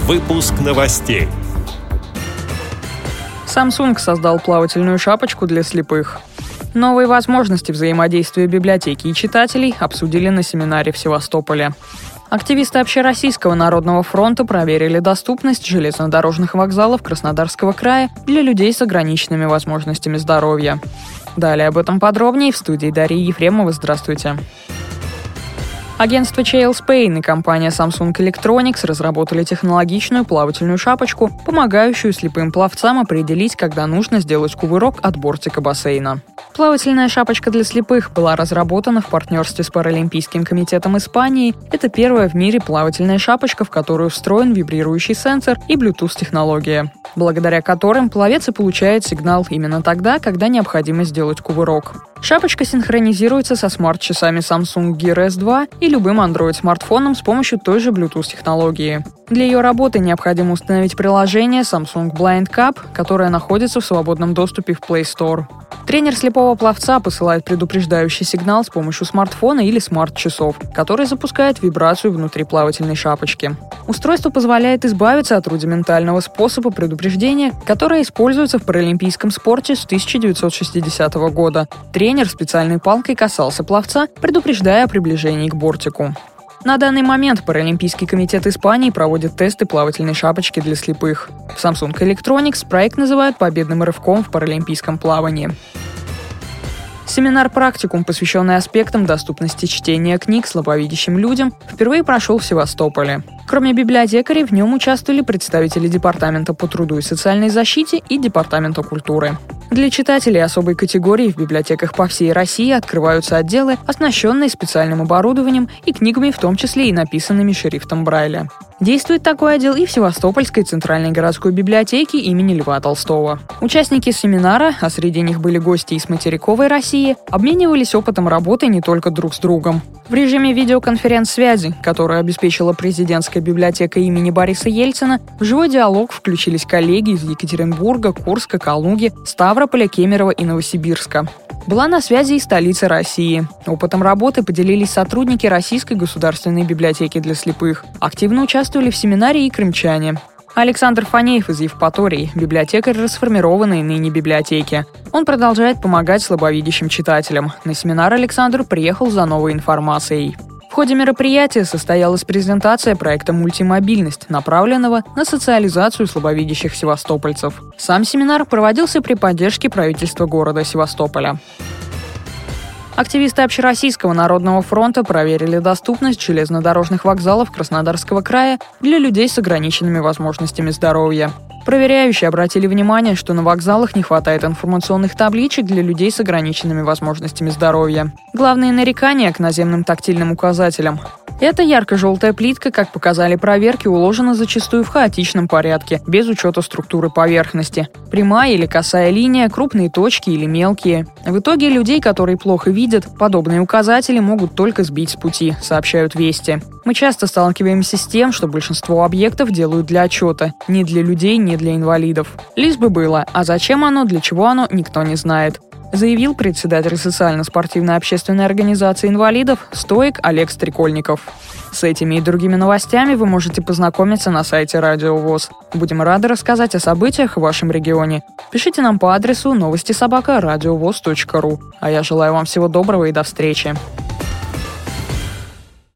Выпуск новостей. Samsung создал плавательную шапочку для слепых. Новые возможности взаимодействия библиотеки и читателей обсудили на семинаре в Севастополе. Активисты Общероссийского народного фронта проверили доступность железнодорожных вокзалов Краснодарского края для людей с ограниченными возможностями здоровья. Далее об этом подробнее в студии Дарьи Ефремовой. Здравствуйте. Агентство Chales Pain и компания Samsung Electronics разработали технологичную плавательную шапочку, помогающую слепым пловцам определить, когда нужно сделать кувырок от бортика бассейна. Плавательная шапочка для слепых была разработана в партнерстве с Паралимпийским комитетом Испании. Это первая в мире плавательная шапочка, в которую встроен вибрирующий сенсор и Bluetooth-технология, благодаря которым пловец и получает сигнал именно тогда, когда необходимо сделать кувырок. Шапочка синхронизируется со смарт-часами Samsung Gear S2 и любым Android-смартфоном с помощью той же Bluetooth-технологии. Для ее работы необходимо установить приложение Samsung Blind Cup, которое находится в свободном доступе в Play Store. Тренер слепого пловца посылает предупреждающий сигнал с помощью смартфона или смарт-часов, который запускает вибрацию внутри плавательной шапочки. Устройство позволяет избавиться от рудиментального способа предупреждения, которое используется в паралимпийском спорте с 1960 года. Тренер специальной палкой касался пловца, предупреждая о приближении к бортику. На данный момент Паралимпийский комитет Испании проводит тесты плавательной шапочки для слепых. В Samsung Electronics проект называют победным рывком в паралимпийском плавании. Семинар-практикум, посвященный аспектам доступности чтения книг слабовидящим людям, впервые прошел в Севастополе. Кроме библиотекарей, в нем участвовали представители Департамента по труду и социальной защите и Департамента культуры. Для читателей особой категории в библиотеках по всей России открываются отделы, оснащенные специальным оборудованием и книгами, в том числе и написанными шрифтом Брайля. Действует такой отдел и в Севастопольской центральной городской библиотеке имени Льва Толстого. Участники семинара, а среди них были гости из материковой России, обменивались опытом работы не только друг с другом. В режиме видеоконференц-связи, которую обеспечила президентская библиотека имени Бориса Ельцина, в живой диалог включились коллеги из Екатеринбурга, Курска, Калуги, Ставрополя, Кемерово и Новосибирска. Была на связи и столица России. Опытом работы поделились сотрудники Российской государственной библиотеки для слепых. Активно участвовали в семинаре и крымчане. Александр Фанеев из Евпатории, библиотекарь расформированной ныне библиотеки. Он продолжает помогать слабовидящим читателям. На семинар Александр приехал за новой информацией. В ходе мероприятия состоялась презентация проекта «Мультимобильность», направленного на социализацию слабовидящих севастопольцев. Сам семинар проводился при поддержке правительства города Севастополя. Активисты Общероссийского народного фронта проверили доступность железнодорожных вокзалов Краснодарского края для людей с ограниченными возможностями здоровья. Проверяющие обратили внимание, что на вокзалах не хватает информационных табличек для людей с ограниченными возможностями здоровья. Главные нарекания к наземным тактильным указателям. Эта ярко-желтая плитка, как показали проверки, уложена зачастую в хаотичном порядке, без учета структуры поверхности. Прямая или косая линия, крупные точки или мелкие. В итоге людей, которые плохо видят, подобные указатели могут только сбить с пути, сообщают «Вести». Мы часто сталкиваемся с тем, что большинство объектов делают для отчета. Не для людей, не для инвалидов. Лишь бы было, а зачем оно, для чего оно, никто не знает, заявил председатель социально-спортивной общественной организации инвалидов «Стоик» Олег Стрекольников. С этими и другими новостями вы можете познакомиться на сайте Радио ВОС. Будем рады рассказать о событиях в вашем регионе. Пишите нам по адресу новости@радиовос.ру. А я желаю вам всего доброго и до встречи.